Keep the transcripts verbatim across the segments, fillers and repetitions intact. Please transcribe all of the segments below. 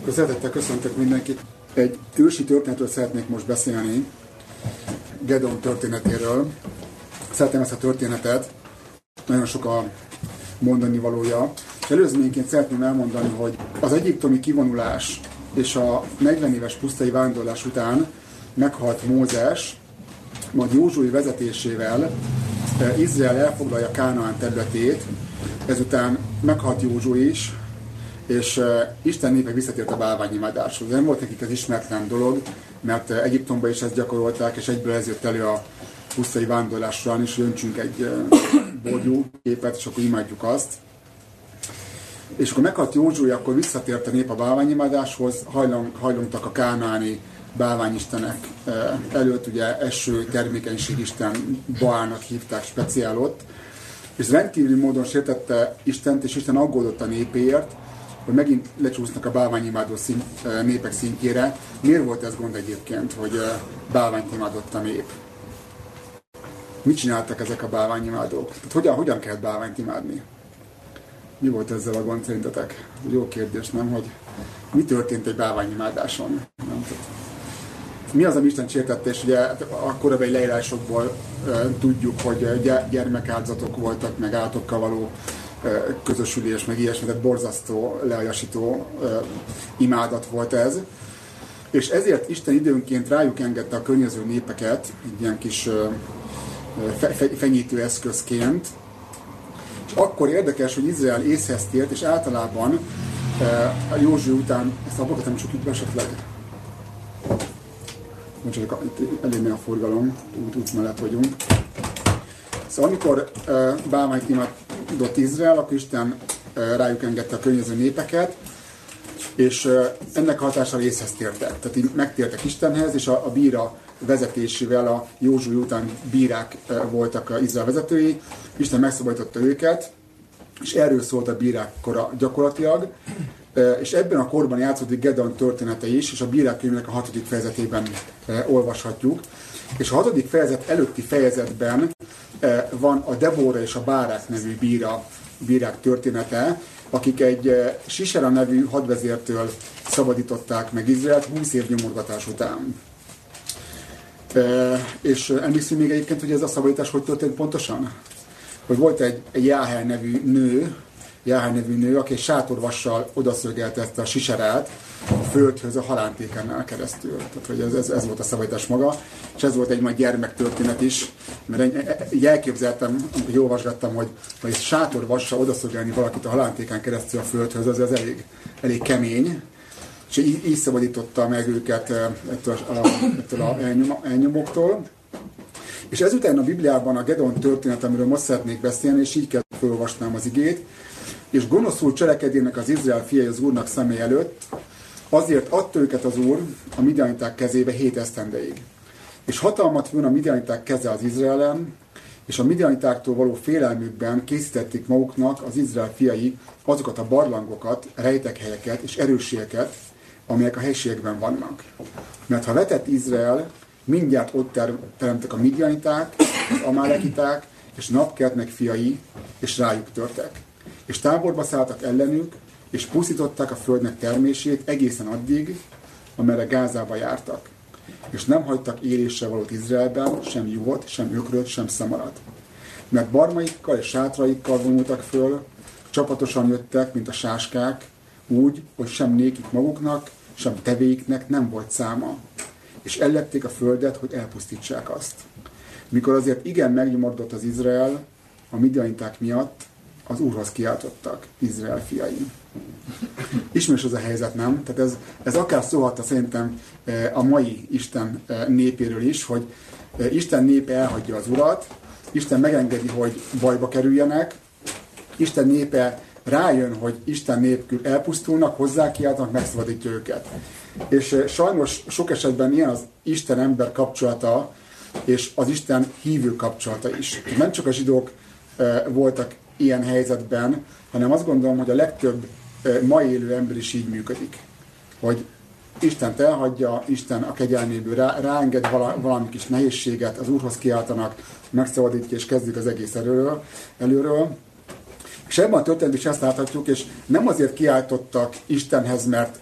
Szeretettel köszöntök mindenkit. Egy ősi történetről szeretnék most beszélni, Gedeon történetéről. Szeretem ezt a történetet, nagyon sok a mondani valója. Előzményként szeretném elmondani, hogy az egyiptomi kivonulás és a negyven éves pusztai vándorlás után meghalt Mózes, majd Józsui vezetésével Izrael elfoglalja Kánaán területét, ezután meghalt Józsui is, és uh, Isten népe visszatért a bálványimádáshoz. Nem volt nekik ez ismeretlen dolog, mert uh, Egyiptomban is ezt gyakorolták, és egyből ez jött elő a pusztai vándorlás során is, hogy öntsünk egy uh, borjú képet, és akkor imádjuk azt. És akkor meghalt Józsui, akkor visszatért a nép a bálványimádáshoz, hajlong, hajlongtak a kánaáni bálványistenek uh, előtt, ugye eső, termékenység isten Baálnak hívták speciál ott, és rendkívüli módon sértette Istent, és Isten aggódott a népéért, hogy megint lecsúsznak a bálványimádó szint, népek szintjére. Miért volt ez gond egyébként, hogy bálványt imádott a nép? Mit csináltak ezek a bálványimádók? Tehát hogyan, hogyan kellett bálványt imádni? Mi volt ezzel a gond szerintetek? Jó kérdés, nem? Hogy mi történt egy bálványimádáson? Nem? Mi az, ami Isten sértette, és ugye a korábbi leírásokból uh, tudjuk, hogy gyermekáldozatok voltak, meg állatokkal való közösülés, meg ilyesmi, tehát borzasztó, leajasító uh, imádat volt ez. És ezért Isten időnként rájuk engedte a környező népeket, egy ilyen kis uh, fe, fe, fenyítő eszközként. És akkor érdekes, hogy Izrael észhez tért, és általában uh, a Józsui után, ezt abbakat nem csukjuk be esetleg? Most csak itt elég a forgalom, út, út mellett vagyunk. Szóval amikor uh, bálványt imádott Izrael, akkor Isten uh, rájuk engedte a környező népeket, és uh, ennek hatására észhez tértek. Tehát így megtértek Istenhez, és a, a bíra vezetésével a Józsui után bírák uh, voltak az Izrael vezetői. Isten megszabadította őket, és erről szólt a bírák kora gyakorlatilag. Uh, és ebben a korban játszódik Gedeon története is, és a bírák könyvének a hatodik fejezetében uh, olvashatjuk. És a hatodik fejezet előtti fejezetben van a Debóra és a Bárák nevű bíra, bírák története, akik egy Sisera nevű hadvezértől szabadították meg Izraelt húsz év nyomorgatás után. E, és emlékszünk még egyébként, hogy ez a szabadítás hogy történt pontosan? Hogy volt egy, egy Jáhel nevű nő, Jáhel nevű nő, aki egy sátorvassal odaszögeltette a Siserát a földhöz a halántékánnál keresztül. Tehát, hogy ez, ez, ez volt a szabadítás maga, és ez volt egy majd gyermektörténet is, mert így elképzeltem, amikor olvasgattam, hogy, hogy egy sátorvassal odaszögelni valakit a halántékán keresztül a földhöz, az, az elég, elég kemény, és így, így szabadította meg őket ettől a, ettől a elnyom, elnyomoktól. És ezután a Bibliában a Gedeon történet, amiről most szeretnék beszélni, és így kell felolvasnám az igét, és gonoszul cselekedjenek az Izrael fiai az Úrnak személy előtt, azért adta őket az Úr a midianiták kezébe hét esztendeig. És hatalmat vőn a midianiták keze az Izraelen, és a midianitáktól való félelmükben készítették maguknak az Izrael fiai azokat a barlangokat, rejtekhelyeket és erősségeket, amelyek a helységekben vannak. Mert ha vetett Izrael, mindjárt ott teremtek a midianiták, az amálekiták, és napkeltnek fiai, és rájuk törtek. És táborba szálltak ellenük, és pusztították a földnek termését egészen addig, amerre Gázába jártak. És nem hagytak élésre valót Izraelben, sem juhot, sem ökröt, sem szamarat. Mert barmaikkal és sátraikkal vonultak föl, csapatosan jöttek, mint a sáskák, úgy, hogy sem nékik maguknak, sem tevéiknek nem volt száma. És ellepték a földet, hogy elpusztítsák azt. Mikor azért igen megnyomorodott az Izrael, a midianiták miatt az Úrhoz kiáltottak, Izrael fiai. Ismerős az a helyzet, nem? Tehát ez, ez akár szólhatta szerintem a mai Isten népéről is, hogy Isten népe elhagyja az Urat, Isten megengedi, hogy bajba kerüljenek, Isten népe rájön, hogy Isten nélkül elpusztulnak, hozzá kiáltanak, megszabadítja őket. És sajnos sok esetben ilyen az Isten-ember kapcsolata, és az Isten hívő kapcsolata is. Nem csak a zsidók voltak ilyen helyzetben, hanem azt gondolom, hogy a legtöbb ma élő ember is így működik. Hogy Istent elhagyja, Isten a kegyelméből rá, ráenged vala, valami kis nehézséget, az Úrhoz kiáltanak, megszabadítja, és kezdjük az egész előről. előről. És ebben a történetben is ezt láthatjuk, és nem azért kiáltottak Istenhez, mert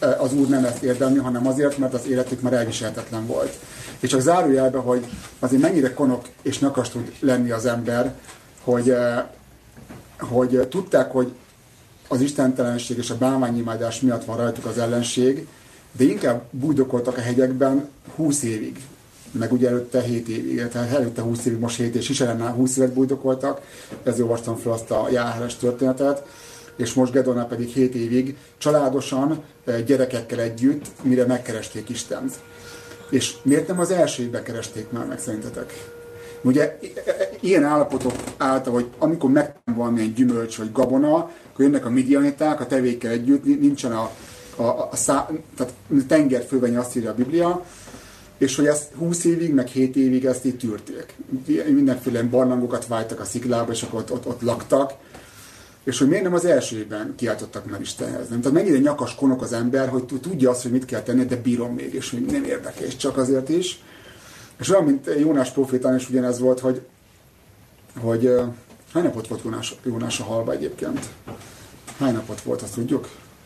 az Úr nem ezt érdemli, hanem azért, mert az életük már elviselhetetlen volt. És csak zárójelbe, hogy azért mennyire konok és nyakas tud lenni az ember, hogy, hogy tudták, hogy az istentelenség és a bálványimádás miatt van rajtuk az ellenség, de inkább bújdokoltak a hegyekben húsz évig, meg ugye előtte hét évig, tehát előtte húsz évig, most hét és Siserennál húsz évet bújdokoltak, ezzel olvastam fel azt a Jáheres történetet, és most Gedeonnál pedig hét évig családosan, gyerekekkel együtt, mire megkeresték Istent. És miért nem az első évben keresték már meg szerintetek? Ugye ilyen állapotok álltak, hogy amikor megvan valamilyen gyümölcs vagy gabona, akkor jönnek a midianiták, a tevékkel együtt, nincsen a, a, a, a szá, tehát tengerfölvenye, azt írja a Biblia, és hogy ezt húsz évig, meg hét évig ezt így tűrték. Mindenféle barlangokat vájtak a sziklába, és akkor ott, ott, ott laktak. És hogy miért nem az első évben kiáltottak már Istenhez. Nem? Tehát mennyire nyakas konok az ember, hogy tudja azt, hogy mit kell tenni, de bírom még, és hogy nem érdekes, csak azért is. És olyan, mint Jónás prófétán is ugyanez volt, hogy, hogy uh, hány napot volt Jónás, Jónás a halba egyébként? Hány napot volt, azt tudjuk?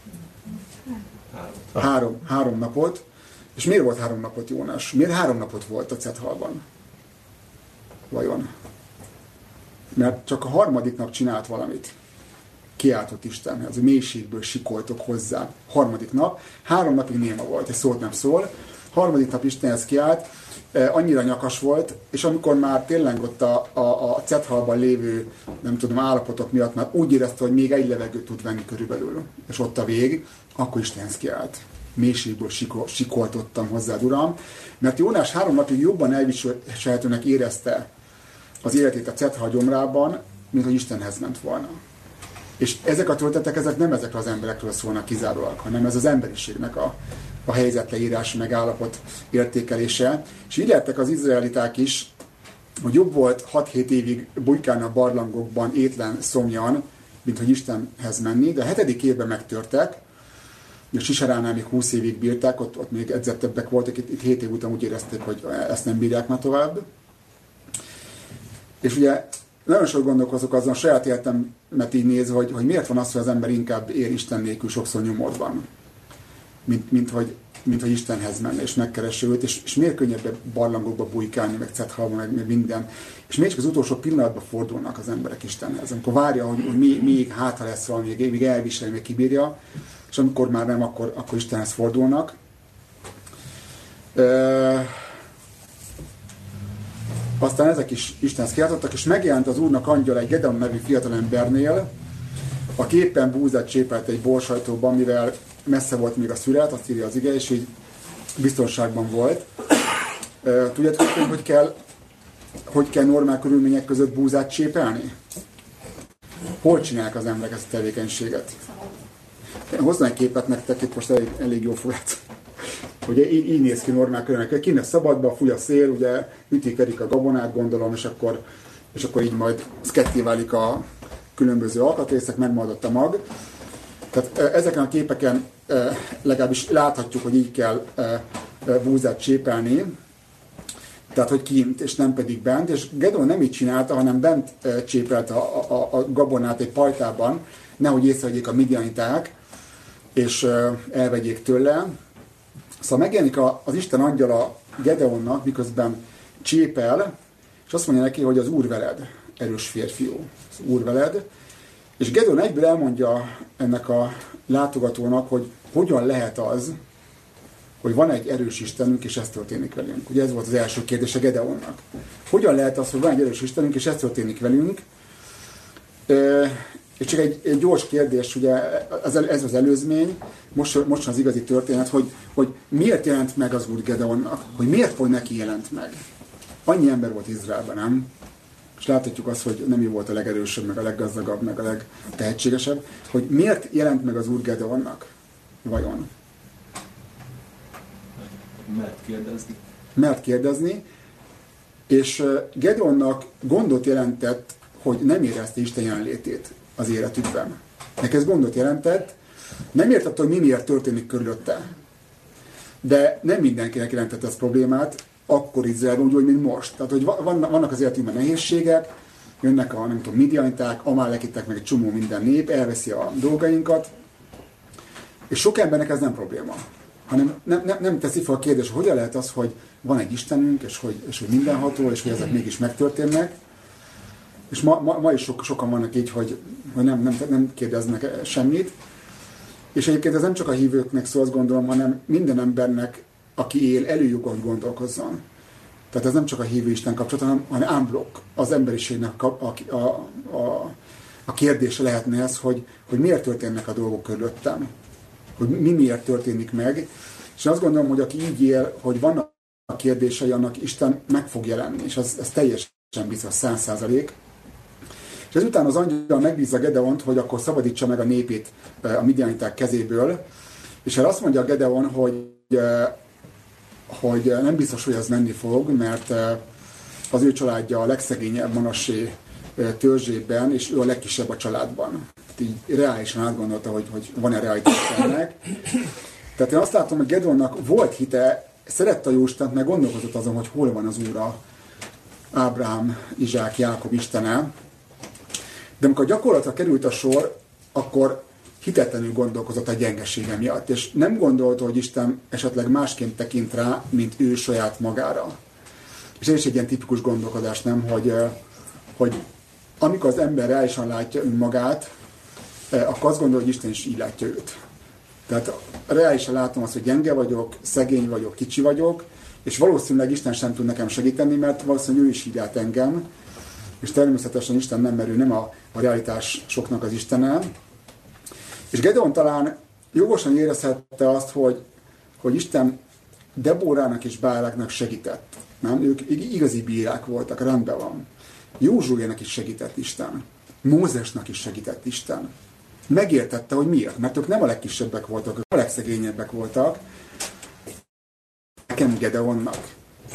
Három. Három, három napot. És miért volt három napot Jónás? Miért három napot volt a Cethalban? Vajon? Mert csak a harmadik nap csinált valamit. Kiáltott Istenhez, a mélységből sikoltok hozzá. Harmadik nap, három napig néma volt, egy szót nem szól. Harmadik nap Istenhez kiállt, annyira nyakas volt, és amikor már tényleg ott a, a, a Cethalban lévő, nem tudom, állapotok miatt már úgy érezte, hogy még egy levegőt tud venni körülbelül, és ott a vég, akkor Istenhez kiállt. Mélységből sikol, sikoltottam hozzád, Uram, mert Jónás három napig jobban elviselhetőnek érezte az életét a Cethal gyomrában, mint hogy Istenhez ment volna. És ezek a történetek, ezek nem ezekről az emberekről szólnak kizárólag, hanem ez az emberiségnek a, a helyzetleírás, meg állapot értékelése. És így lettek az izraeliták is, hogy jobb volt hat-hét évig bujkálni a barlangokban étlen, szomjan, mint hogy Istenhez menni, de a hetedik évben megtörtek, a Siseránál még húsz évig bírták, ott, ott még edzettebbek voltak, itt, itt hét év után úgy érezték, hogy ezt nem bírják már tovább. És ugye nagyon sok gondolkozok azon, a saját életemet így nézve, hogy, hogy miért van az, hogy az ember inkább él Isten nélkül sokszor nyomorban, mint, mint, hogy, mint hogy Istenhez menne, és megkeresse őt, és, és miért könnyebb barlangokba bujkálni, meg Cethalba, meg, meg minden. És miért csak az utolsó pillanatban fordulnak az emberek Istenhez, amikor várja, hogy, hogy még, még hátra lesz valami, még, még elviseli, még kibírja, és amikor már nem, akkor, akkor Istenhez fordulnak. E- Aztán ezek is Istenhez kiáltottak, és megjelent az Úrnak angyala egy Gedeon nevű fiatalembernél, aki éppen búzát csépelt egy borsajtóban, mivel messze volt még a szület, azt írja az ige, és így biztonságban volt. E- Tudjátok, hogy kell, hogy kell normál körülmények között búzát csépelni? Hol csinálják az emberek ezt a tevékenységet? Hozzá egy képet nektek, itt most elég, elég jó fogát. Ugye így, így néz ki normál körülmények. Kint szabadba, fúj a szél, ugye ütik-verik a gabonát, gondolom, és akkor, és akkor így majd ketté válik a különböző alkatrészek, megmaradott a mag. Tehát ezeken a képeken legalábbis láthatjuk, hogy így kell búzát csépelni, tehát hogy kint, és nem pedig bent, és Gedeon nem így csinálta, hanem bent csépelte a, a, a gabonát egy pajtában, nehogy észrevegyék a midianiták, és elvegyék tőle. Szóval megjelenik az Isten angyala Gedeonnak, miközben csépel, és azt mondja neki, hogy az Úr veled, erős férfiú, az Úr veled. És Gedeon egyből elmondja ennek a látogatónak, hogy hogyan lehet az, hogy van egy erős Istenünk, és ez történik velünk. Ugye ez volt az első kérdése Gedeonnak. Hogyan lehet az, hogy van egy erős Istenünk, és ez történik velünk? És csak egy, egy gyors kérdés, ugye ez az előzmény, most, most az igazi történet, hogy, hogy miért jelent meg az Úr Gedeonnak, hogy miért hogy neki jelent meg. Annyi ember volt Izraelben, nem? És láthatjuk azt, hogy nem ő volt a legerősebb, meg a leggazdagabb, meg a legtehetségesebb, hogy miért jelent meg az Úr Gedeonnak, vajon? Mert kérdezni. Mert kérdezni, és Gedeonnak gondot jelentett, hogy nem érezte Isten jelenlétét az életükben. Neki ez gondot jelentett, nem értette, hogy mi miért történik körülötte. De nem mindenkinek jelentett ez problémát, akkor Izraelben, úgy, hogy mint most. Tehát, hogy vannak az életünkben nehézségek, jönnek a, nem tudom, midianiták, amálekitek, meg egy csomó minden nép, elveszi a dolgainkat, És sok embernek ez nem probléma, hanem nem, nem, nem teszi fel a kérdés, hogy hogyan lehet az, hogy van egy Istenünk, és hogy, és hogy mindenható, és hogy ezek mégis megtörténnek. És ma, ma, ma is so, sokan vannak így, hogy, hogy nem, nem, nem kérdeznek semmit. És egyébként ez nem csak a hívőknek szól, azt gondolom, hanem minden embernek, aki él, előjoga, hogy gondolkozzon. Tehát ez nem csak a hívő Isten kapcsolat, hanem, hanem ámblokk az emberiségnek a, a, a, a, a kérdése lehetne ez, hogy, hogy miért történnek a dolgok körülöttem. Hogy mi miért történik meg. És azt gondolom, hogy aki így él, hogy vannak a kérdései, annak Isten meg fog jelenni. És ez, ez teljesen biztos, száz százalék. És ezután az angyal megbízza Gedeont, hogy akkor szabadítsa meg a népét a midianiták kezéből. És erre azt mondja Gedeon, hogy, hogy nem biztos, hogy ez menni fog, mert az ő családja a legszegényebb Manassé törzsében, és ő a legkisebb a családban. Így reálisan átgondolta, hogy, hogy van-e realitás ennek. Tehát én azt látom, hogy Gedeonnak volt hite, szerette a Jóistent, meg gondolkozott azon, hogy hol van az Úr, Ábrahám, Izsák, Jákob Istene. De amikor gyakorlatra került a sor, akkor hitetlenül gondolkozott a gyengesége miatt, és nem gondolta, hogy Isten esetleg másként tekint rá, mint ő saját magára. És ez is egy ilyen tipikus gondolkodás, nem, hogy, hogy amikor az ember reálisan látja önmagát, akkor azt gondol, hogy Isten is így látja őt. Tehát reálisan látom azt, hogy gyenge vagyok, szegény vagyok, kicsi vagyok, és valószínűleg Isten sem tud nekem segíteni, mert valószínűleg ő is így lát engem, és természetesen Isten nem, mert ő nem a, a realitás soknak az Istene. És Gedeon talán jogosan érezhette azt, hogy, hogy Isten Debórának és Báráknak segített. Nem? Ők igazi bírák voltak, rendben van. Józsuének is segített Isten. Mózesnak is segített Isten. Megértette, hogy miért. Mert ők nem a legkisebbek voltak, ők a legszegényebbek voltak. Nekem Gedeonnak.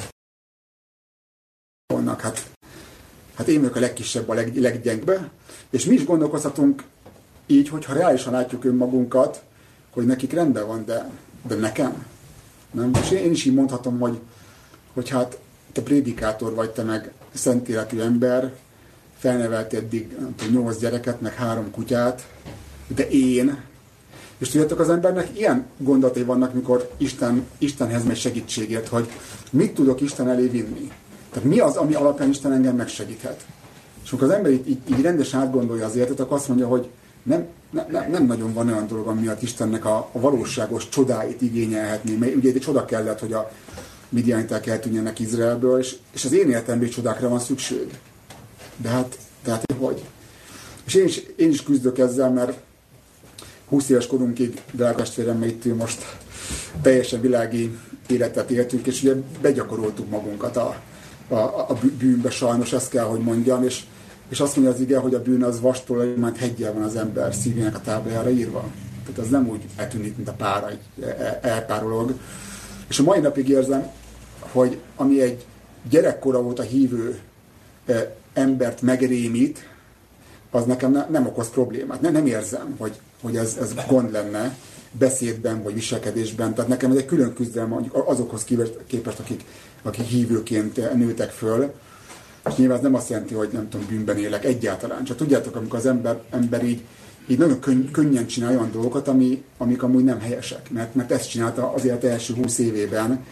Hát, hát én vagyok a legkisebb, a leg, leggyengbe. És mi is gondolkozhatunk így, hogyha reálisan látjuk önmagunkat, hogy nekik rendben van, de, de nekem. Nem? És én is így mondhatom, hogy, hogy hát te prédikátor vagy, te meg szent életű ember, felneveltél eddig nyolc gyereket, meg három kutyát, de én. És tudjátok, az embernek ilyen gondolatai vannak, mikor Isten, Istenhez megy segítségért, hogy mit tudok Isten elé vinni. Tehát mi az, ami alapján Isten engem megsegíthet. És amikor az ember így, így, így rendesen átgondolja az életet, akkor azt mondja, hogy nem, nem, nem nagyon van olyan dolog, ami miatt Istennek a, a valóságos csodáit igényelhetné. Mert ugye egy csoda kellett, hogy a midianiták eltűnjenek Izraelből, és, és az én életemben csodákra van szükség. De hát, de hát hogy? És én is, én is küzdök ezzel, mert húsz éves korunkig drágastéremmel itt most teljesen világi életet éltünk, és ugye begyakoroltuk magunkat a, a, a bűnbe, sajnos ezt kell, hogy mondjam, és, és azt mondja az ige, hogy a bűn az vastól, majd heggyel van az ember szívének a táblájára írva. Tehát az nem úgy eltűnik, mint a pára, elpárolog. És a mai napig érzem, hogy ami egy gyerekkora volt a hívő embert megrémít, az nekem ne, nem okoz problémát. Ne, nem érzem, hogy, hogy ez, ez gond lenne beszédben vagy viselkedésben. Tehát nekem ez egy külön küzdelem azokhoz képest, akik, akik hívőként nőtek föl. És nyilván ez nem azt jelenti, hogy nem tudom, bűnben élek egyáltalán. Csak tudjátok, amikor az ember, ember így, így nagyon könny, könnyen csinál olyan dolgokat, ami, amik amúgy nem helyesek. Mert, mert ezt csinálta az élet első húsz évében.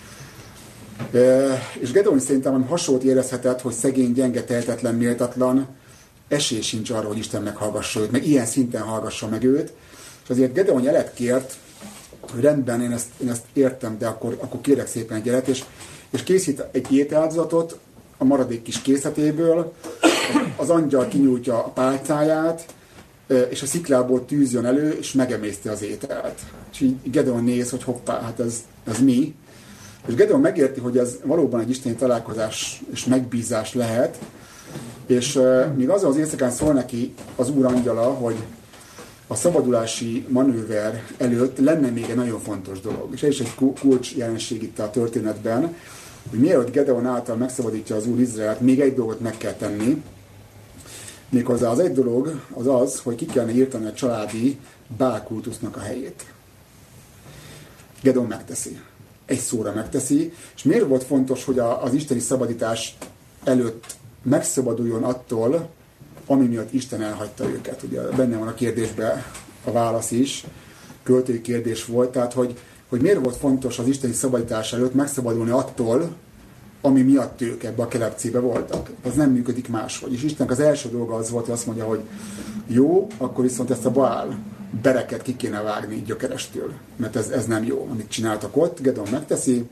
E, és Gedeon szerintem hasonlót érezhetett, hogy szegény, gyenge, tehetetlen, méltatlan, esély sincs arra, hogy Isten meghallgassa őt, meg ilyen szinten hallgassa meg őt. És azért Gedeon jelet kért, hogy rendben, én ezt, én ezt értem, de akkor, akkor kérek szépen egy jelet, és, és készít egy ételáldozatot a maradék kis készletéből, az angyal kinyújtja a pálcáját, és a sziklából tűz jön elő, és megemészti az ételt. És így Gedeon néz, hogy hoppá, hát ez, ez mi? És Gedeon megérti, hogy ez valóban egy isteni találkozás és megbízás lehet, és uh, még azon az éjszakán szól neki az Úr angyala, hogy a szabadulási manőver előtt lenne még egy nagyon fontos dolog. És ez is egy kulcs jelenség itt a történetben, hogy mielőtt Gedeon által megszabadítja az Úr Izraelt, még egy dolgot meg kell tenni. Méghozzá az egy dolog az az, hogy ki kellene írtani a családi bálkultusznak a helyét. Gedeon megteszi. Egy szóra megteszi. És miért volt fontos, hogy az isteni szabadítás előtt megszabaduljon attól, ami miatt Isten elhagyta őket. Ugye benne van a kérdésben a válasz is, költői kérdés volt, tehát hogy, hogy miért volt fontos az isteni szabadítás előtt megszabadulni attól, ami miatt ők ebbe a kelepcébe voltak. Az nem működik máshogy. És Istennek az első dolga az volt, hogy azt mondja, hogy jó, akkor viszont ezt a Baál bereket ki kéne vágni gyökerestől, mert ez, ez nem jó, amit csináltak ott. Gedeon megteszi,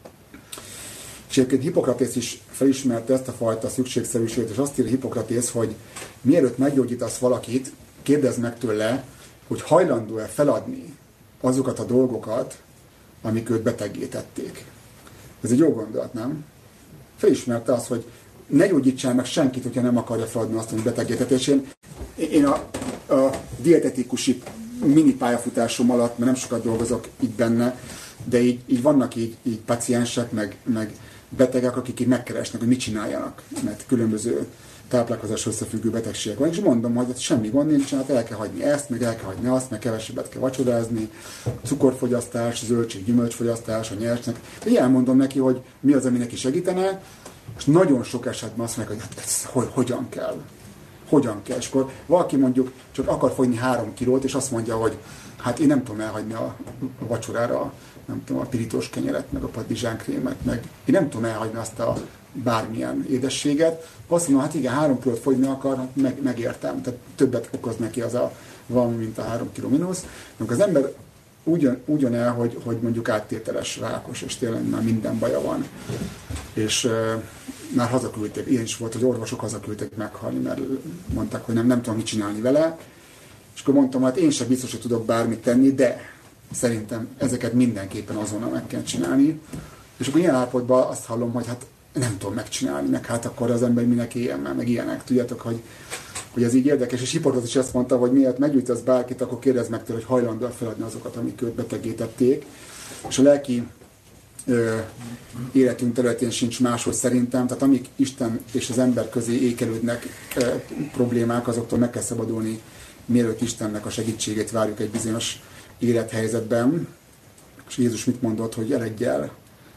és egyébként Hippokratész is felismerte ezt a fajta szükségszerűséget, és azt írja Hippokratész, hogy mielőtt meggyógyítasz valakit, kérdezd meg tőle, hogy hajlandó-e feladni azokat a dolgokat, amik őt beteggé tették. Ez egy jó gondolat, nem? Felismerte azt, hogy ne gyógyítsál meg senkit, hogyha nem akarja feladni azt, hogy beteggé tették. És én, én a, a dietetikusi mini pályafutásom alatt, mert nem sokat dolgozok itt benne, de így, így vannak így, így paciensek, meg, meg betegek, akik így megkeresnek, hogy mit csináljanak, mert különböző táplálkozás összefüggő betegségek van, és mondom, hogy semmi gond nincs, hát el kell hagyni ezt, meg el kell hagyni azt, meg kevesebbet kell vacsorázni, cukorfogyasztás, zöldség, gyümölcsfogyasztás, a nyersnek. Így elmondom neki, hogy mi az, ami neki segítene, és nagyon sok esetben azt mondják, hogy hát ez hogy, hogyan kell. Hogyan kell. És akkor valaki mondjuk csak akar fogyni három kilót, és azt mondja, hogy hát én nem tudom elhagyni a vacsorára, nem tudom, a pirítós kenyeret, meg a padlizsánkrémet, meg én nem tudom elhagyni azt a bármilyen édességet. Azt mondom, hát igen, három kilót fogyni akar, hát meg, megértem. Tehát többet okoz neki az a valami, mint a három kiló mínusz. Amikor az ember ugyan, ugyan el, hogy, hogy mondjuk áttételes, rákos, és tényleg már minden baja van. És uh, már hazaküldték, ilyen is volt, hogy orvosok hazaküldték meghalni, mert mondták, hogy nem, nem tudom mit csinálni vele. És akkor mondtam, hát én sem biztos, hogy tudok bármit tenni, de szerintem ezeket mindenképpen azonnal meg kell csinálni. És akkor ilyen állapotban azt hallom, hogy hát nem tudom megcsinálni, meg hát akkor az ember minek éljen már, meg ilyenek. Tudjátok, hogy, hogy ez így érdekes. És Hippokratész is azt mondta, hogy miért meggyújtasz bárkit, akkor kérdezd meg tőle, hogy hajlandó feladni azokat, amik őt betegítették. És a lelki ö, életünk területén sincs máshogy szerintem. Tehát amik Isten és az ember közé ékelődnek ö, problémák, azoktól meg kell szabadulni, mielőtt Istennek a segítségét várjuk egy bizonyos élethelyzetben. És Jézus mit mondott, hogy eredj el.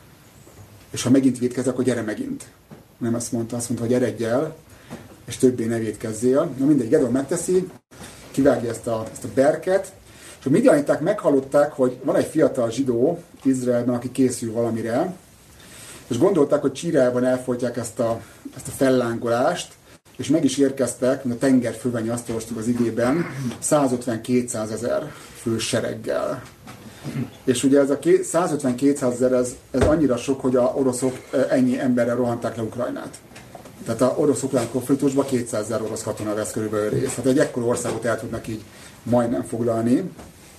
És ha megint vétkezel, akkor gyere megint. Nem azt mondta, azt mondta, hogy eredj el, és többé ne vétkezzél. Na mindegy, Gedeon megteszi, kivágja ezt a, ezt a berket, és a midianiták meghallották, hogy van egy fiatal zsidó Izraelben, aki készül valamire, és gondolták, hogy Csíreában elfolytják ezt a, ezt a fellángolást, és meg is érkeztek, mint a tengerfővenyi, azt olvastuk az igében, százötven-kétszázezer fő sereggel. És ugye ez a százötven-kétszázezer, ez, ez annyira sok, hogy a oroszok ennyi emberrel rohanták le Ukrajnát. Tehát a orosz-ukrán konfliktusban kétszázezer orosz katona vesz körülbelül részt. Tehát egy ekkor országot el tudnak így majdnem foglalni.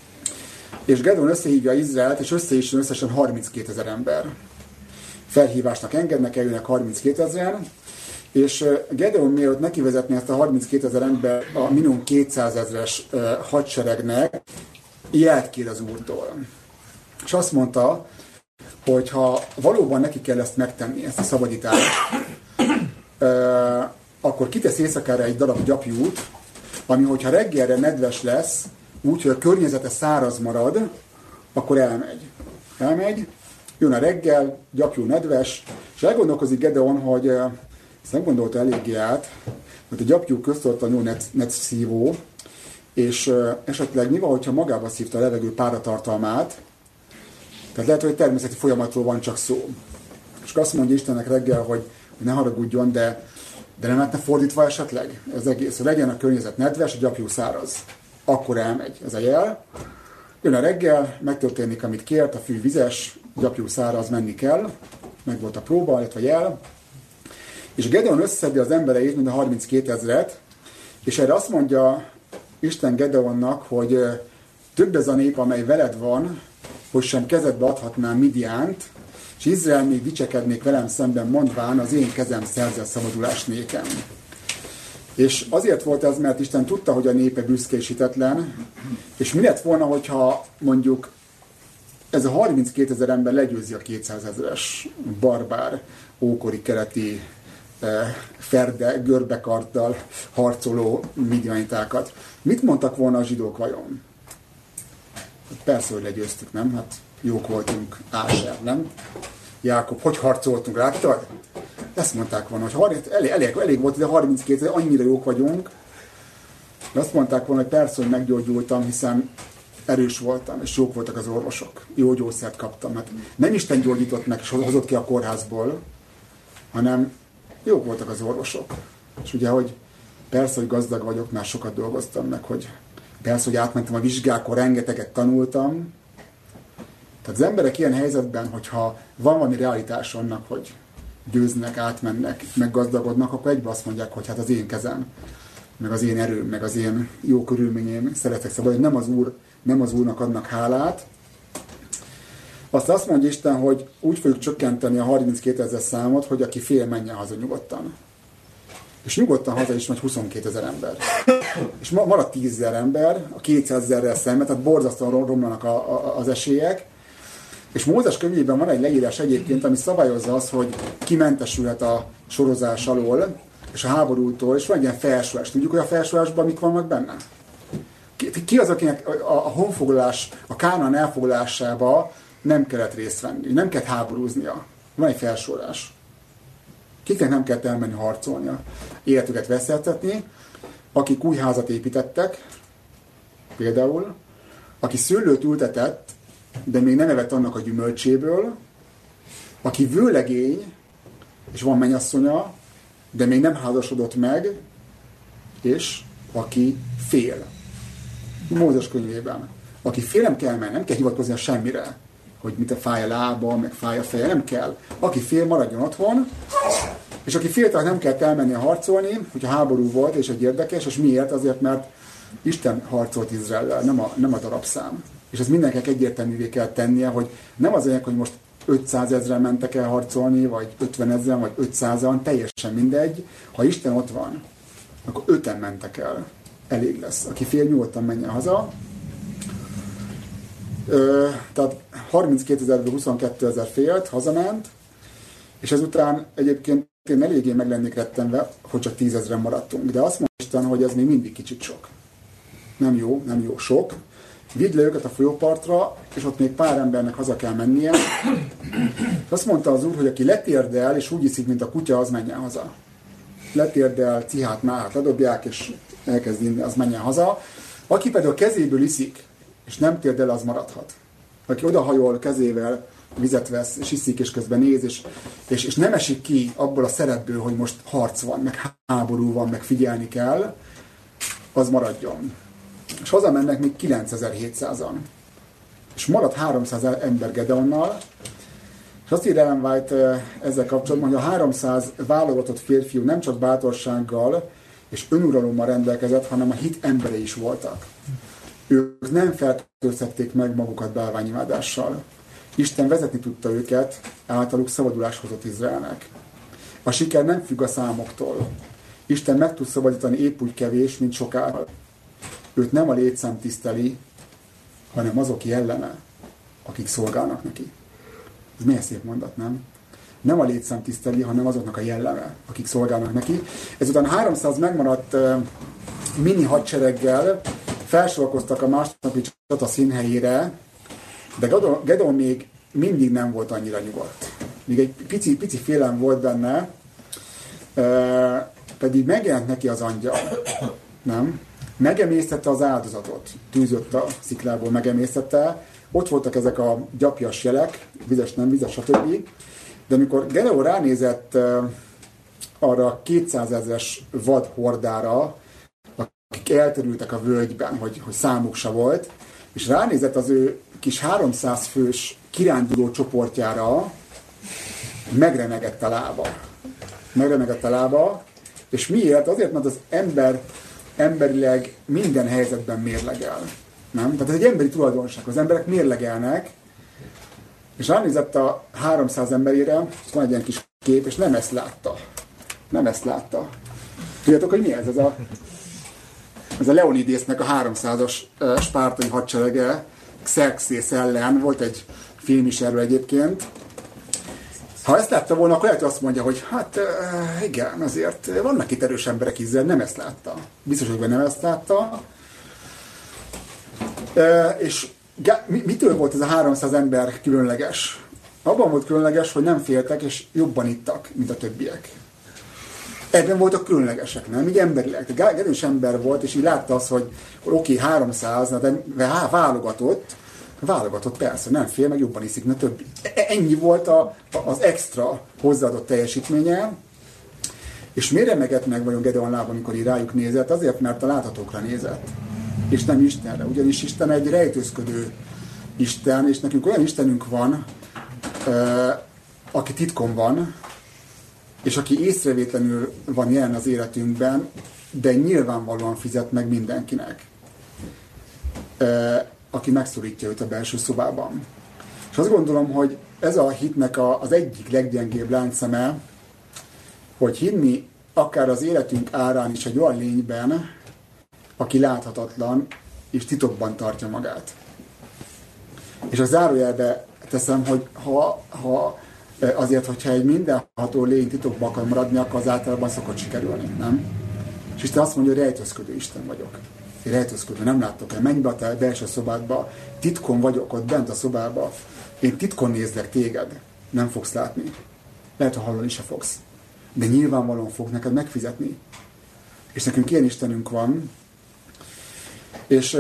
És Gedeon összehívja Izraelt, és össze is összesen harminckétezer ember. Felhívásnak engednek, eljönnek harminckétezren, és Gedeon mielőtt nekivezetni ezt a harminckétezer ember a minimum kétszázezres hadseregnek, jelt kér az Úrtól. És azt mondta, hogy ha valóban neki kell ezt megtenni, ezt a szabadítást, akkor kitesz éjszakára egy darab gyapjút, ami hogyha reggelre nedves lesz, úgy, hogy a környezete száraz marad, akkor elmegy. Elmegy, jön a reggel, gyapjú nedves, és elgondolkozik Gedeon, hogy ezt nem gondolta eléggé át, hogy a gyapjú köztartanyú netszívó, és uh, esetleg mi van, hogyha magába szívta a levegő páratartalmát, tehát lehet, hogy természeti folyamatról van csak szó. És azt mondja Istennek reggel, hogy ne haragudjon, de, de nem lehetne fordítva esetleg ez egész, hogy legyen a környezet nedves, a gyapjú száraz. Akkor elmegy ez a jel. Jön a reggel, megtörténik, amit kért, a fű vizes, gyapjú száraz, menni kell, meg volt a próba, illetve jel. És Gedeon összeszedi az embereit, mind a harminckétezret, és erre azt mondja Isten Gedeonnak, hogy több ez a nép, amely veled van, hogy sem kezedbe adhatnám Midiánt, és Izrael még dicsekednék velem szemben, mondván, az én kezem szerzett szabadulást nékem. És azért volt ez, mert Isten tudta, hogy a népe büszke és hitetlen, és mi lett volna, hogyha mondjuk ez a harminckétezer ember legyőzi a kétszázezres barbár, ókori keleti ferde, görbekarddal harcoló midianitákat. Mit mondtak volna a zsidók vajon? Persze, hogy legyőztük, nem? Hát jók voltunk, Áser, nem? Jákob, hogy harcoltunk, láttad? Ezt mondták volna, hogy elég, elég, elég volt, de harminckét, annyira jók vagyunk. De azt mondták volna, hogy persze, hogy meggyógyultam, hiszen erős voltam, és jók voltak az orvosok. Jó gyógyszert kaptam. Hát nem Isten gyógyított meg, és hozott ki a kórházból, hanem jók voltak az orvosok. És ugye, hogy persze, hogy gazdag vagyok, már sokat dolgoztam meg, hogy persze, hogy átmentem a vizsgákon, rengeteget tanultam. Tehát az emberek ilyen helyzetben, hogyha van valami realitás annak, hogy győznek, átmennek, meg gazdagodnak, akkor egyben azt mondják, hogy hát az én kezem, meg az én erőm, meg az én jó körülményem, szeretek szabad, hogy nem az Úr, nem az Úrnak adnak hálát. Azt azt mondja Isten, hogy úgy fogjuk csökkenteni a harminckétezer számot, hogy aki fél, menjen haza nyugodtan. És nyugodtan haza is megy huszonkétezer ember. És marad tízezer ember, a kétszázezerrel szemben, tehát borzasztóan romlanak a, a, az esélyek. És Mózes könyvében van egy leírás egyébként, ami szabályozza azt, hogy ki mentesülhet a sorozás alól, és a háborútól, és van egy ilyen felsorolás. Tudjuk, hogy a felsorolásban mik vannak benne? Ki, ki az, akinek a, a honfoglalás, a Kánaán elfoglalásába nem kellett részt venni, nem kellett háborúznia. Van egy felsorolás. Kiknek nem kellett elmenni harcolnia, életüket veszeltetni, akik új házat építettek, például, aki szőlőt ültetett, de még nem evett annak a gyümölcséből, aki vőlegény, és van mennyasszonya, de még nem házasodott meg, és aki fél. Mózes könyvében. Aki fél, nem kell menni, nem kell hivatkozni a semmire, hogy mit a fáj a lába, meg fáj a feje, nem kell. Aki fél, maradjon otthon, és aki fél, tehát nem kell elmenni harcolni, hogyha háború volt, és egy érdekes, és miért? Azért, mert Isten harcolt Izraellel, nem a, nem a darabszám. És ez mindenkinek egyértelművé kell tennie, hogy nem az olyan, hogy most ötszázezren mentek el harcolni, vagy ötvenezren, vagy ötszázan, teljesen mindegy. Ha Isten ott van, akkor öten mentek el. Elég lesz. Aki fél, nyugodtan menjen haza. Ö, tehát harminckétezerből huszonkétezer félt, hazament, és ezután egyébként én eléggé meg lennék rettenve, hogy csak tízezren maradtunk. De azt mondja Isten, hogy ez még mindig kicsit sok. Nem jó, nem jó, sok. Vidd le őket a folyópartra, és ott még pár embernek haza kell mennie. Azt mondta az Úr, hogy aki letérdel, és úgy iszik, mint a kutya, az menjen haza. Letérdel, cihát, máhát ledobják, és elkezd inni, az menjen haza. Aki pedig a kezéből iszik, és nem térdel, az maradhat. Aki odahajol kezével, vizet vesz, és iszik, és közben néz, és, és, és nem esik ki abból a szerepből, hogy most harc van, meg háború van, meg figyelni kell, az maradjon. És hazamennek még kilencezer-hétszázan. És marad háromszáz ember Gedeonnal, és azt írja Ellen White ezzel kapcsolatban, hogy a háromszáz válogatott férfiú nem csak bátorsággal és önuralommal rendelkezett, hanem a hit emberei is voltak. Ők nem fertőzhették meg magukat bálványimádással. Isten vezetni tudta őket, általuk szabadulás hozott Izraelnek. A siker nem függ a számoktól. Isten meg tud szabadítani épp úgy kevés, mint sokára. Őt nem a létszám tiszteli, hanem azok jelleme, akik szolgálnak neki. Ez milyen szép mondat, nem? Nem a létszám tiszteli, hanem azoknak a jelleme, akik szolgálnak neki. Ezután háromszáz megmaradt uh, mini hadsereggel felsorakoztak a másnapi csata színhelyére, de Gedeon még mindig nem volt annyira nyugodt. Még egy pici, pici félelem volt benne, uh, pedig megjelent neki az angyal, nem? Megemésztette az áldozatot, tűzött a sziklából, megemésztette. Ott voltak ezek a gyapjas jelek, vizes, nem vizes, stb. De amikor Gedeon ránézett uh, arra a kétszázezres vad hordára, akik elterültek a völgyben, hogy, hogy számuk se volt, és ránézett az ő kis háromszáz fős kiránduló csoportjára, megremegett a lába. Megremegett a lába, és miért? Azért, mert az ember emberileg minden helyzetben mérlegel. Nem? Tehát ez egy emberi tulajdonság. Az emberek mérlegelnek, és ránézett a háromszáz emberére, van egy ilyen kis kép, és nem ezt látta. Nem ezt látta. Tudjátok, hogy mi ez? Ez a, ez a Leonidésznek a háromszázas uh, spártai hadserege Xerxész ellen. Volt egy film is erről egyébként. Ha ezt látta volna, akkor lehet, hogy azt mondja, hogy hát uh, igen, azért vannak itt erős emberek Izrael, nem ezt látta. Biztos, hogy nem ezt látta. Uh, és mitől volt ez a háromszáz ember különleges? Abban volt különleges, hogy nem féltek, és jobban ittak, mint a többiek. Ebben voltak különlegesek, nem? Így emberileg. Gedeon ember volt, és így látta azt, hogy oké, okay, háromszáz, de válogatott, válogatott persze, nem fél, meg jobban iszik, na többi. Ennyi volt a, az extra hozzáadott teljesítménye, és miért remegett meg vajon Gedeon lába, amikor így rájuk nézett? Azért, mert a láthatókra nézett, és nem Istenre. Ugyanis Isten egy rejtőzködő Isten, és nekünk olyan Istenünk van, aki titkon van, és aki észrevétlenül van jelen az életünkben, de nyilvánvalóan fizet meg mindenkinek, aki megszorítja őt a belső szobában. És azt gondolom, hogy ez a hitnek az egyik leggyengébb láncszeme, hogy hinni akár az életünk árán is egy olyan lényben, aki láthatatlan és titokban tartja magát. És a zárójelbe teszem, hogy ha, ha azért, hogyha egy mindenható lény titokba akar maradni, akkor az általában szokott sikerülni, nem? És Isten azt mondja, hogy rejtőzködő Isten vagyok. Én rejtőzködő, nem láttok el. Menj be a te belső szobádba, titkon vagyok ott bent a szobába. Én titkon nézlek téged, nem fogsz látni. Lehet, ha hallani se fogsz. De nyilvánvalóan fog neked megfizetni. És nekünk ilyen Istenünk van. És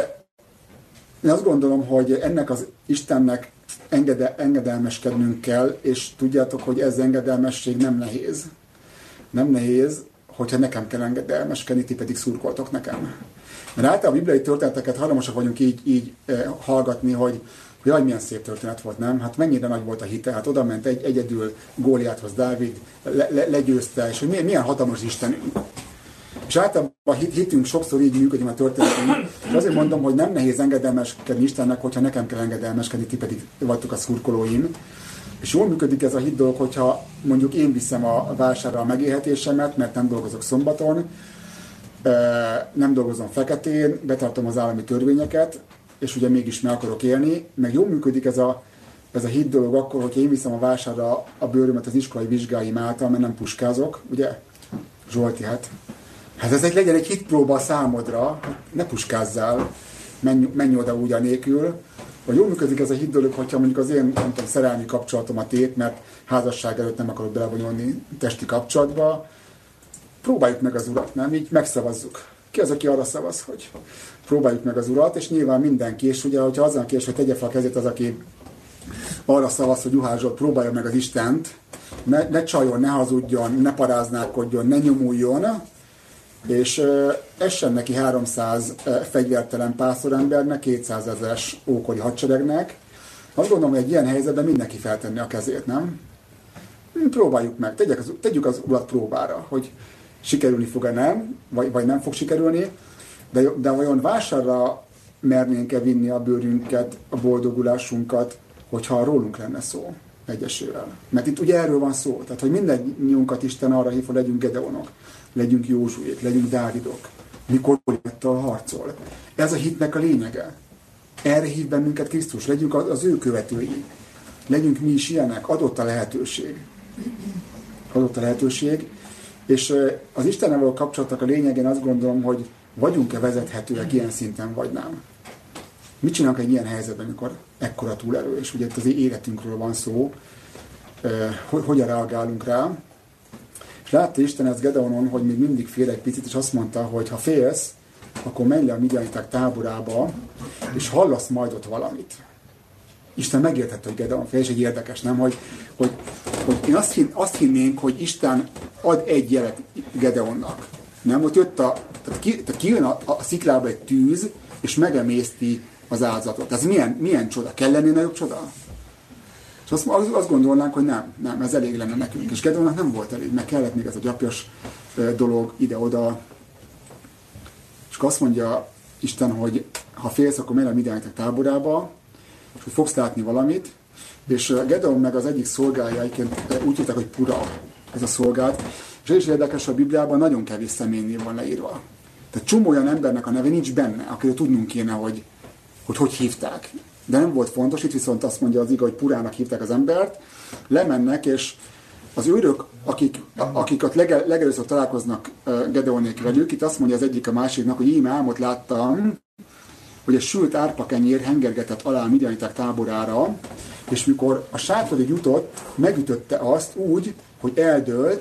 én azt gondolom, hogy ennek az Istennek engede, engedelmeskednünk kell, és tudjátok, hogy ez engedelmesség nem nehéz. Nem nehéz, hogyha nekem kell engedelmeskedni, ti pedig szurkoltok nekem. Mert általában a bibliai történeteket hajlamosak vagyunk így, így eh, hallgatni, hogy jaj, milyen szép történet volt, nem? Hát mennyire nagy volt a hite, hát oda ment egy, egyedül Góliáthoz Dávid, le, le, legyőzte, és hogy milyen, milyen hatalmas Istenünk. És általában a hitünk sokszor így működik a történetünk. És azért mondom, hogy nem nehéz engedelmeskedni Istennek, hogyha nekem kell engedelmeskedni, ti pedig vagytok a szurkolóim. És jól működik ez a hit dolog, hogyha mondjuk én viszem a vásárra a megélhetésemet, mert nem dolgozok szombaton, nem dolgozom feketén, betartom az állami törvényeket, és ugye mégis meg akarok élni. Meg jól működik ez a, ez a hit dolog akkor, hogyha én viszem a vásárra a bőrömet az iskolai vizsgáim által, mert nem puskázok, ugye? Zsolti, hát Hát ez egy, legyen egy hitpróba a számodra, ne puskázzál, menj, menj oda úgy a nélkül. Vagy jól működik ez a hit dolog, hogyha mondjuk az én nem tudom, szerelmi kapcsolatomat ét, mert házasság előtt nem akarok belevonyolni testi kapcsolatba, próbáljuk meg az Urat, nem? Így megszavazzuk. Ki az, aki arra szavaz, hogy próbáljuk meg az Urat, és nyilván mindenki, és ugye, hogyha azon kérés, hogy tegye fel a kezét az, aki arra szavaz, hogy Juhász Zsolt próbálja meg az Istent, ne, ne csaljon, ne hazudjon, ne paráználkodjon, ne nyomuljon, és uh, essen neki háromszáz uh, fegyvertelen pásztorembernek, kétszázezeres ókori hadseregnek. Azt gondolom, hogy egy ilyen helyzetben mindenki feltenni a kezét, nem? Próbáljuk meg, tegyük az, tegyük az Urat próbára, hogy sikerülni fog-e nem, vagy, vagy nem fog sikerülni, de, de vajon vásárra mernénk-e vinni a bőrünket, a boldogulásunkat, hogyha rólunk lenne szó egyesével. Mert itt ugye erről van szó, tehát hogy mindennyiunkat Isten arra hív, hogy legyünk Gedeonok, legyünk Józsuék, legyünk Dávidok, mikor Góliáttal harcol. Ez a hitnek a lényege. Erre hív bennünket Krisztus, legyünk az ő követői. Legyünk mi is ilyenek, adott a lehetőség. Adott a lehetőség. És az Istennel való kapcsolatnak a lényegen azt gondolom, hogy vagyunk-e vezethetőek ilyen szinten, vagy nem. Mit csinálunk egy ilyen helyzetben, amikor ekkora túlerő, és ugye itt az életünkről van szó, hogy hogyan reagálunk rá. És látta Isten ezt Gedeonon, hogy még mindig fél egy picit, és azt mondta, hogy ha félsz, akkor menj le a midianiták táborába, és hallasz majd ott valamit. Isten megértette, hogy Gedeon fél, és egy érdekes, nem? Hogy, hogy, hogy én azt, hin, azt hinnénk, hogy Isten ad egy jelet Gedeonnak. Nem? Ott jött a, tehát ki, tehát kijön a, a sziklába egy tűz, és megemészti az áldozatot. Ez milyen, milyen csoda? Kell lenni nagyobb csoda? És azt, azt gondolnánk, hogy nem, nem, ez elég lenne nekünk. És Gedeonnak nem volt elég, meg kellett még ez a gyapjas dolog ide-oda. És azt mondja Isten, hogy ha félsz, akkor menj a midianiták táborába, és hogy fogsz látni valamit. És Gedeon meg az egyik szolgájaiként úgy hívták, hogy Pura, ez a szolgált. És ez is érdekes, a Bibliában nagyon kevés személynév van leírva. Tehát csomó olyan embernek a neve nincs benne, akiről tudnunk kéne, hogy hogy, hogy hívták. De nem volt fontos, itt viszont azt mondja az igaz, hogy Purának hívták az embert, lemennek, és az őrök, akik, akik legel, legelőször találkoznak Gedeonék velük, itt azt mondja az egyik a másiknak, hogy íme álmot láttam, hogy egy sült árpakenyér hengergetett alá a midianiták táborára, és mikor a sátorig jutott, megütötte azt úgy, hogy eldőlt,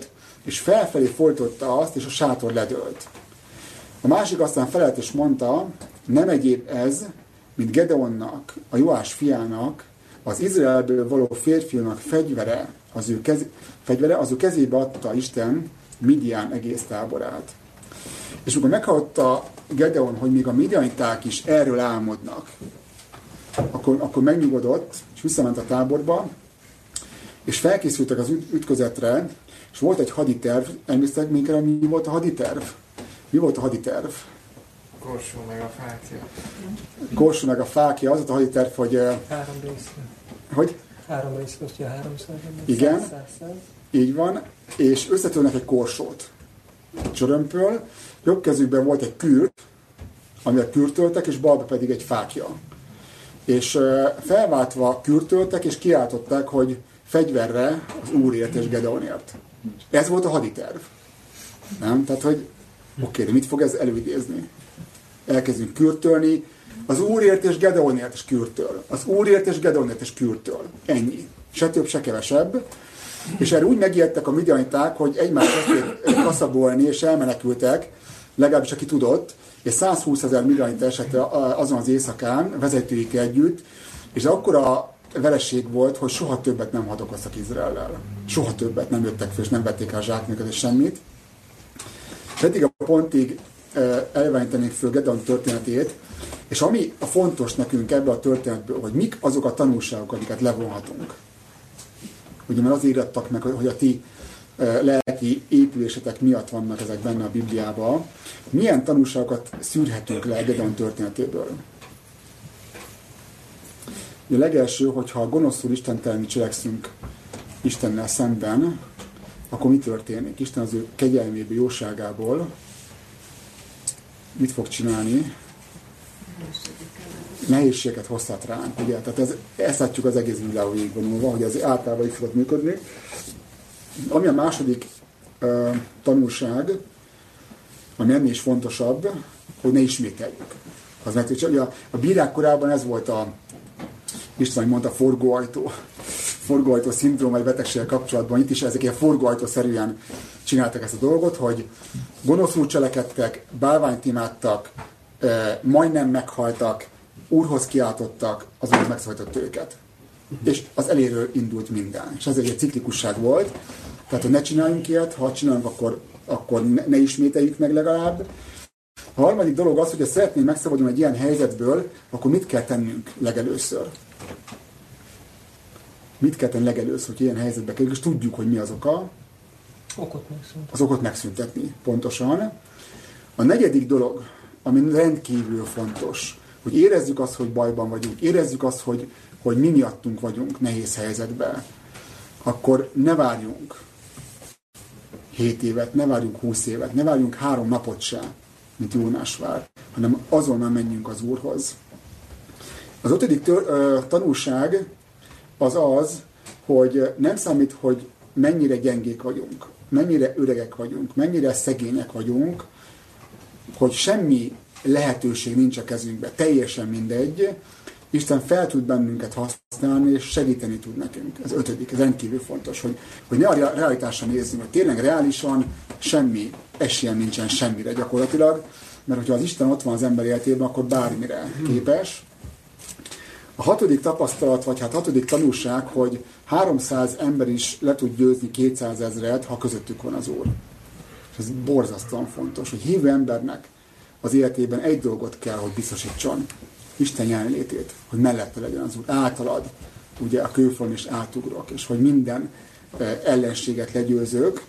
és felfelé folytotta azt, és a sátor ledőlt. A másik aztán felelt és mondta, nem egyéb ez, mint Gedeonnak, a Joás fiának, az Izraelből való férfiúnak fegyvere, az ő, kez, fegyvere, az ő kezébe adta Isten Midian egész táborát. És amikor meghallotta Gedeon, hogy még a midianiták is erről álmodnak, akkor, akkor megnyugodott, és visszament a táborba, és felkészültek az ütközetre, és volt egy haditerv. Emléksztek még, mi volt a haditerv? Mi volt a haditerv? Korsó meg a fákja. Korsó meg a fákja, az volt a haditerv, hogy... Három részre. Hogy? Három részre, ugye háromszáz. Igen, száz, száz, száz. így van, és összetörnek egy korsót csörömpől, jobb kezükben volt egy kürt, amivel kürtöltek, és balba pedig egy fákja. És felváltva kürtöltek, és kiáltották, hogy fegyverre az Úrért és Gedeonért. Ez volt a haditerv. Nem? Tehát, hogy oké, de mit fog ez előidézni? Elkezdünk kürtölni, az Úrért és Gedeonért is kürtöl. Az Úrért és Gedeonért is kürtöl. Ennyi. Se több, se kevesebb. És erre úgy megijedtek a midianiták, hogy egymást kezdték kaszabolni, és elmenekültek, legalábbis aki tudott, és százhúszezer midianita esett azon az éjszakán, vezetőik együtt, és akkora vereség volt, hogy soha többet nem hadakoztak Izraellel. Soha többet nem jöttek fel, és nem vették el a zsákmányokat, és semmit. Eddig a pontig elvenítenénk föl Gedeon történetét, és ami a fontos nekünk ebből a történetből, hogy mik azok a tanulságok, amiket levonhatunk. Ugye mert azért írtak meg, hogy a ti lelki épülésetek miatt vannak ezek benne a Bibliában. Milyen tanulságokat szűrhetünk le Gedeon történetéből? A legelső, hogyha gonoszul istentelenül cselekszünk Istennel szemben, akkor mi történik? Isten az ő kegyelméből, jóságából mit fog csinálni? Nehézségeket hozhat ránk, ugye? Tehát ez, ezt látjuk az egész világon végigvonulva, hogy ez általában így szokott működni. Ami a második uh, tanulság, ami ennél is fontosabb, hogy ne ismételjük. Az mert, hogy a, a bírák korában ez volt a, István mondta, forgóajtó, forgóajtó szindróma vagy betegséggel kapcsolatban. Itt is ezek ilyen forgóajtószerűen csináltak ezt a dolgot, hogy gonoszul cselekedtek, bálványt imádtak, eh, majdnem meghaltak, Úrhoz kiáltottak, az Úr megszólított őket. És az eléről indult minden. És ez egy ciklikusság volt. Tehát, hogy ne csináljunk ilyet, ha csinálunk, akkor, akkor ne, ne ismételjük meg legalább. A harmadik dolog az, hogy ha szeretnénk megszabadulni egy ilyen helyzetből, akkor mit kell tennünk legelőször? Mit kell tenni legelőször, hogy ilyen helyzetbe kerülünk, és tudjuk, hogy mi az oka? Okot megszüntetni. Az okot megszüntetni, pontosan. A negyedik dolog, ami rendkívül fontos, hogy érezzük azt, hogy bajban vagyunk, érezzük azt, hogy, hogy mi miattunk vagyunk nehéz helyzetben, akkor ne várjunk hét évet, ne várjunk húsz évet, ne várjunk három napot se, mint Jónás vár, hanem azonnal menjünk az Úrhoz. Az ötödik tör, ö, tanulság az az, hogy nem számít, hogy mennyire gyengék vagyunk, mennyire öregek vagyunk, mennyire szegények vagyunk, hogy semmi lehetőség nincs a kezünkben, teljesen mindegy, Isten fel tud bennünket használni, és segíteni tud nekünk. Ez ötödik, ez rendkívül fontos, hogy, hogy ne a realitásra nézzünk, hogy tényleg reálisan semmi esélyen nincsen semmire gyakorlatilag, mert hogyha az Isten ott van az ember életében, akkor bármire képes. A hatodik tapasztalat, vagy hát hatodik tanulság, hogy háromszáz ember is le tud győzni kétszázezret, ha közöttük van az Úr. És ez borzasztóan fontos, hogy hívő embernek az életében egy dolgot kell, hogy biztosítson. Isten jelenlétét, hogy mellette legyen az Úr. Általad, ugye a kőfalon is átugrok, és hogy minden ellenséget legyőzök.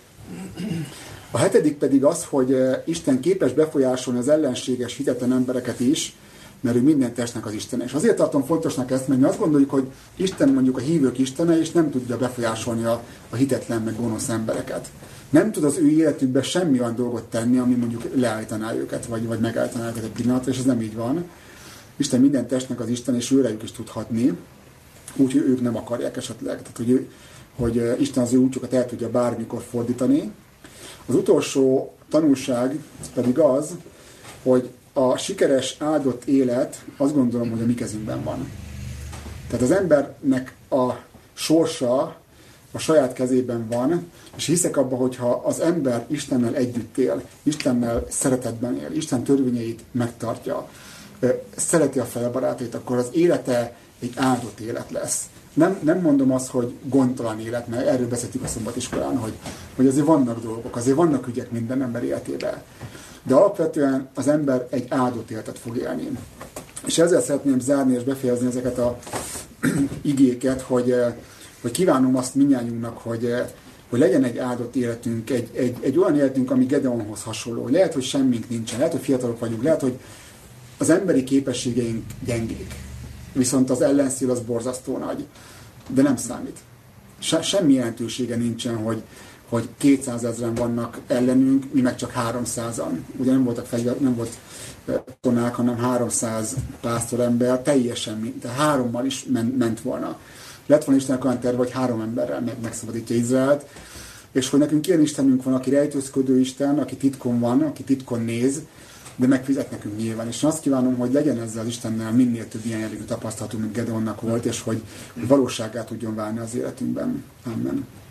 A hetedik pedig az, hogy Isten képes befolyásolni az ellenséges, hitetlen embereket is, mert ő minden testnek az Istene. És azért tartom fontosnak ezt, mert mi azt gondoljuk, hogy Isten mondjuk a hívők Istene, és nem tudja befolyásolni a, a hitetlen, meg gonosz embereket. Nem tud az ő életükben semmi olyan dolgot tenni, ami mondjuk leállítaná őket, vagy, vagy megállítaná őket egy pillanatra, és ez nem így van. Isten minden testnek az Isten, és őrejük is tud hatni, úgyhogy ők nem akarják esetleg. Tehát, hogy, ő, hogy Isten az ő útjukat el tudja bármikor fordítani. Az utolsó tanulság pedig az, hogy a sikeres, áldott élet, azt gondolom, hogy a mi kezünkben van. Tehát az embernek a sorsa a saját kezében van, és hiszek abba, hogyha az ember Istennel együtt él, Istennel szeretetben él, Isten törvényeit megtartja, szereti a felbarátait, akkor az élete egy áldott élet lesz. Nem, nem mondom azt, hogy gondtalan élet, mert erről beszéltük a szombatiskolán, hogy, hogy azért vannak dolgok, azért vannak ügyek minden ember életében. De alapvetően az ember egy áldott életet fog élni. És ezzel szeretném zárni és befejezni ezeket a igéket, hogy, hogy kívánom azt mindnyájunknak, hogy, hogy legyen egy áldott életünk, egy, egy, egy olyan életünk, ami Gedeonhoz hasonló. Lehet, hogy semmink nincsen, lehet, hogy fiatalok vagyunk, lehet, hogy az emberi képességeink gyengék. Viszont az ellenszél az borzasztó nagy. De nem számít. Se, semmi jelentősége nincsen, hogy, hogy kétszázezren vannak ellenünk, mi meg csak háromszázan. Ugye nem voltak fegyver, nem volt katonák, hanem háromszáz pásztorember, teljesen, de hárommal is men, ment volna. Lett volna Istennek olyan terve, hogy három emberrel meg, megszabadítja Izraelt, és hogy nekünk ilyen Istenünk van, aki rejtőzködő Isten, aki titkon van, aki titkon néz, de megfizet nekünk nyilván. És azt kívánom, hogy legyen ezzel az Istennel minél több ilyen jellegű tapasztalatunk, mint Gedeonnak volt, és hogy valóságát tudjon válni az életünkben. Amen.